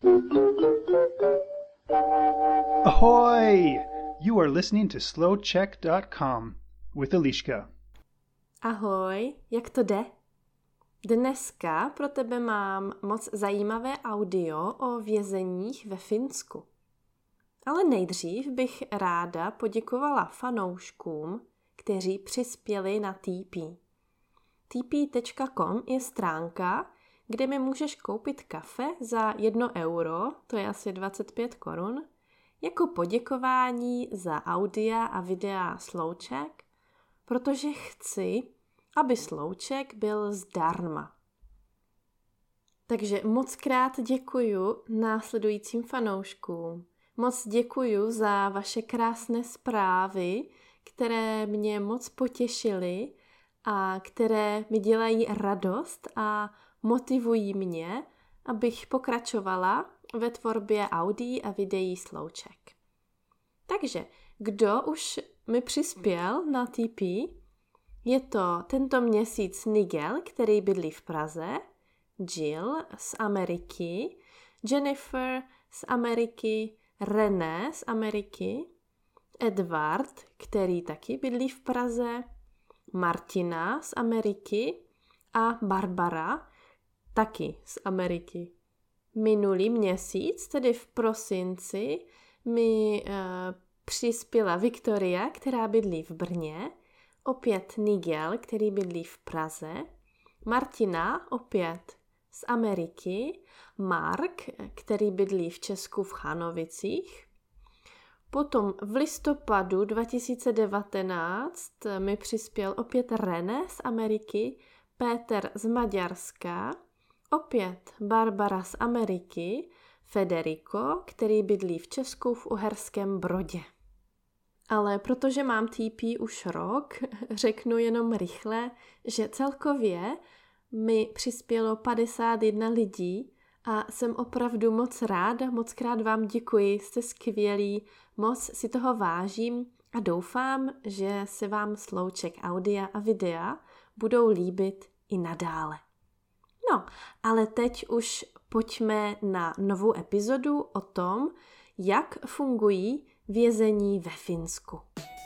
Ahoy! You are listening to slowcheck.com with Eliška. Ahoj, jak to jde? Dneska pro tebe mám moc zajímavé audio o vězeních ve Finsku. Ale nejdřív bych ráda poděkovala fanouškům, kteří přispěli na Tipeee. Tipeee.com je stránka, kde mi můžeš koupit kafe za 1 euro, to je asi 25 korun, jako poděkování za audia a videa Slowcheck, protože chci, aby Slowcheck byl zdarma. Takže moc krát děkuju následujícím fanouškům. Moc děkuju za vaše krásné zprávy, které mě moc potěšily a které mi dělají radost a motivují mě, abych pokračovala ve tvorbě audií a videí Slowcheck. Takže, kdo už mi přispěl na Tipeee? Je to tento měsíc Nigel, který bydlí v Praze, Jill z Ameriky, Jennifer z Ameriky, René z Ameriky, Edward, který taky bydlí v Praze, Martina z Ameriky a Barbara, taky z Ameriky. Minulý měsíc, tedy v prosinci, mi přispěla Viktoria, která bydlí v Brně, opět Nigel, který bydlí v Praze, Martina, opět z Ameriky, Mark, který bydlí v Česku v Chanovicích. Potom v listopadu 2019 mi přispěl opět René z Ameriky, Péter z Maďarska, opět Barbara z Ameriky, Federico, který bydlí v Česku v Uherském Brodě. Ale protože mám Tipeee už rok, řeknu jenom rychle, že celkově mi přispělo 51 lidí a jsem opravdu moc ráda, moc krát vám děkuji, jste skvělí, moc si toho vážím a doufám, že se vám Slowcheck audia a videa budou líbit i nadále. No, ale teď už pojďme na novou epizodu o tom, jak fungují vězení ve Finsku.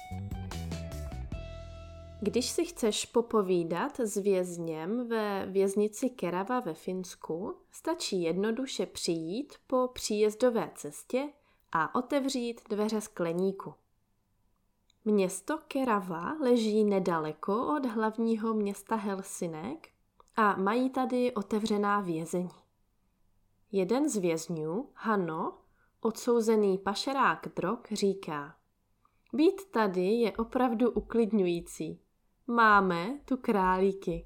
Když si chceš popovídat s vězněm ve věznici Kerava ve Finsku, stačí jednoduše přijít po příjezdové cestě a otevřít dveře skleníku. Město Kerava leží nedaleko od hlavního města Helsinek a mají tady otevřená vězení. Jeden z vězňů, Hanno, odsouzený pašerák drog, říká: být tady je opravdu uklidňující. Máme tu králíky.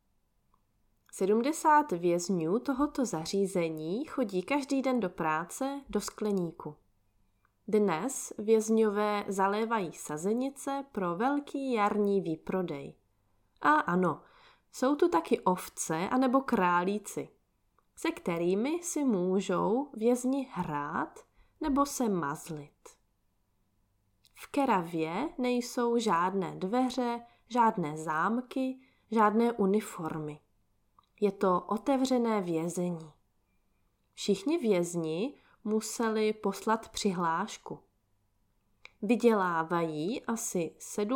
70 vězňů tohoto zařízení chodí každý den do práce do skleníku. Dnes vězňové zalévají sazenice pro velký jarní výprodej. A ano, jsou tu taky ovce anebo králíci, se kterými si můžou vězni hrát nebo se mazlit. V Keravě nejsou žádné dveře, žádné zámky, žádné uniformy. Je to otevřené vězení. Všichni vězni museli poslat přihlášku. Vydělávají asi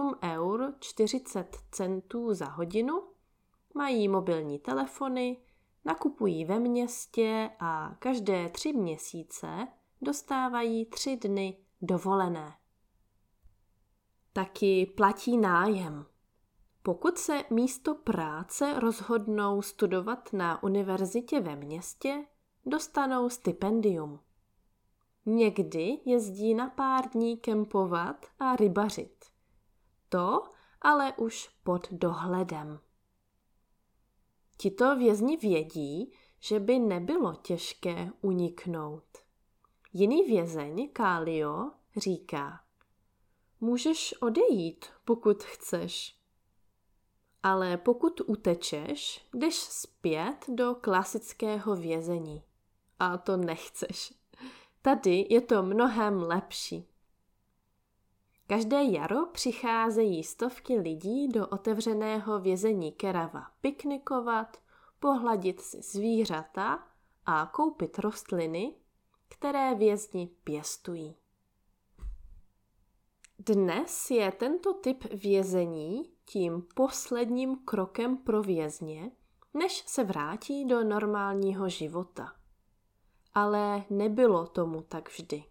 7,40 € za hodinu, mají mobilní telefony, nakupují ve městě a každé 3 měsíce dostávají 3 dny dovolené. Taky platí nájem. Pokud se místo práce rozhodnou studovat na univerzitě ve městě, dostanou stipendium. Někdy jezdí na pár dní kempovat a rybařit. To ale už pod dohledem. Tito vězni vědí, že by nebylo těžké uniknout. Jiný vězeň, Kálio, říká: můžeš odejít, pokud chceš. Ale pokud utečeš, jdeš zpět do klasického vězení. A to nechceš. Tady je to mnohem lepší. Každé jaro přicházejí stovky lidí do otevřeného vězení Kerava piknikovat, pohladit si zvířata a koupit rostliny, které vězni pěstují. Dnes je tento typ vězení tím posledním krokem pro vězně, než se vrátí do normálního života. Ale nebylo tomu tak vždy.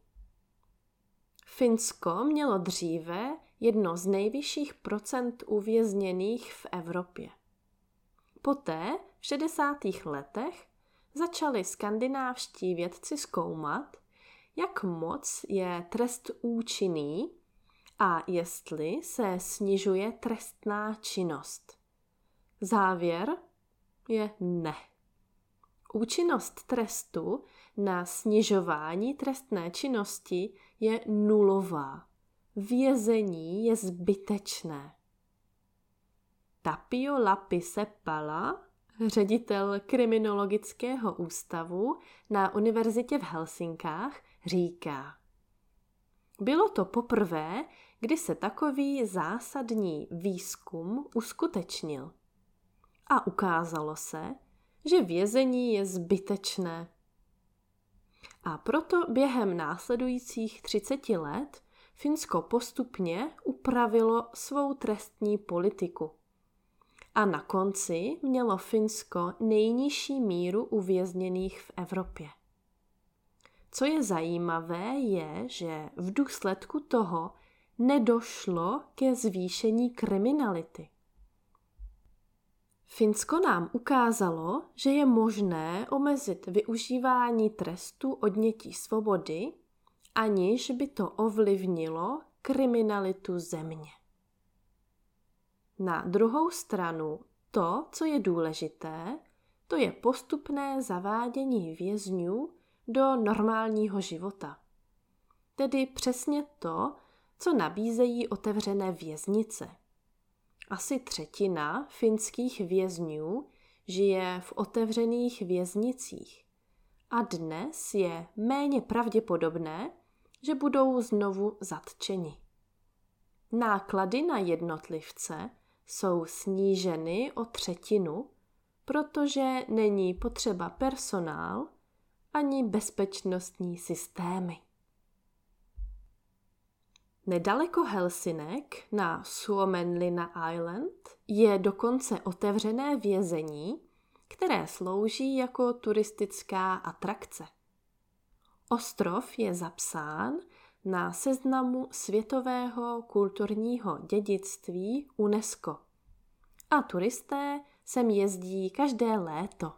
Finsko mělo dříve jedno z nejvyšších procent uvězněných v Evropě. Poté v 60. letech začali skandinávští vědci zkoumat, jak moc je trest účinný a jestli se snižuje trestná činnost. Závěr je ne. Účinnost trestu na snižování trestné činnosti je nulová. Vězení je zbytečné. Tapio Lappi-Seppälä, ředitel kriminologického ústavu na univerzitě v Helsinkách, říká: Bylo to poprvé, kdy se takový zásadní výzkum uskutečnil. A ukázalo se, že vězení je zbytečné. A proto během následujících 30 let Finsko postupně upravilo svou trestní politiku. A na konci mělo Finsko nejnižší míru uvězněných v Evropě. Co je zajímavé, je, že v důsledku toho nedošlo ke zvýšení kriminality. Finsko nám ukázalo, že je možné omezit využívání trestu odnětí svobody, aniž by to ovlivnilo kriminalitu země. Na druhou stranu, to, co je důležité, to je postupné zavádění vězňů do normálního života. Tedy přesně to, co nabízejí otevřené věznice. Asi 1/3 finských vězňů žije v otevřených věznicích a dnes je méně pravděpodobné, že budou znovu zatčeni. Náklady na jednotlivce jsou sníženy o 1/3, protože není potřeba personál ani bezpečnostní systémy. Nedaleko Helsinek na Suomenlinna Island je dokonce otevřené vězení, které slouží jako turistická atrakce. Ostrov je zapsán na seznamu světového kulturního dědictví UNESCO a turisté sem jezdí každé léto.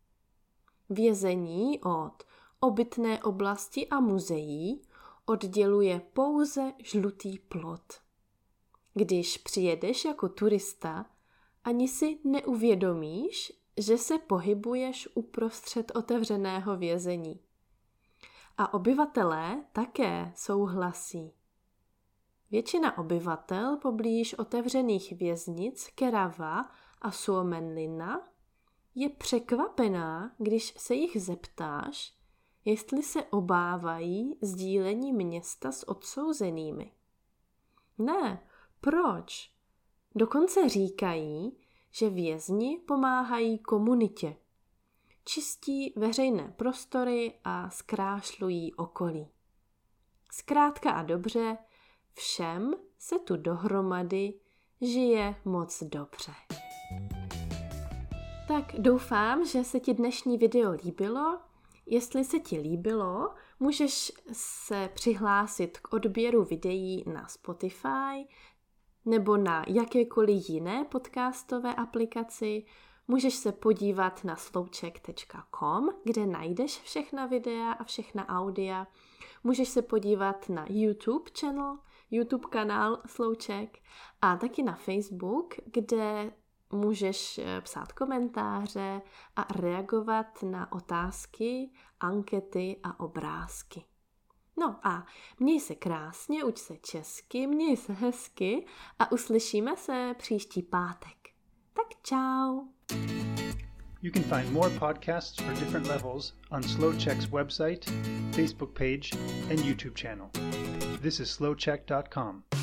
Vězení od obytné oblasti a muzeí odděluje pouze žlutý plot. Když přijedeš jako turista, ani si neuvědomíš, že se pohybuješ uprostřed otevřeného vězení. A obyvatelé také souhlasí. Většina obyvatel poblíž otevřených věznic Kerava a Suomenlinna je překvapená, když se jich zeptáš, jestli se obávají sdílení města s odsouzenými. Ne, proč? Dokonce říkají, že vězni pomáhají komunitě. Čistí veřejné prostory a zkrášlují okolí. Zkrátka a dobře, všem se tu dohromady žije moc dobře. Tak doufám, že se ti dnešní video líbilo. Jestli se ti líbilo, můžeš se přihlásit k odběru videí na Spotify nebo na jakékoliv jiné podcastové aplikaci. Můžeš se podívat na slouček.com, kde najdeš všechna videa a všechna audia. Můžeš se podívat na YouTube kanál Slouček a taky na Facebook, kde můžeš psát komentáře a reagovat na otázky, ankety a obrázky. No a měj se krásně, uč se česky, měj se hezky a uslyšíme se příští pátek. Tak čau! You can find more podcasts for different levels on SlowCheck's website, Facebook page, and YouTube channel. This is slowcheck.com.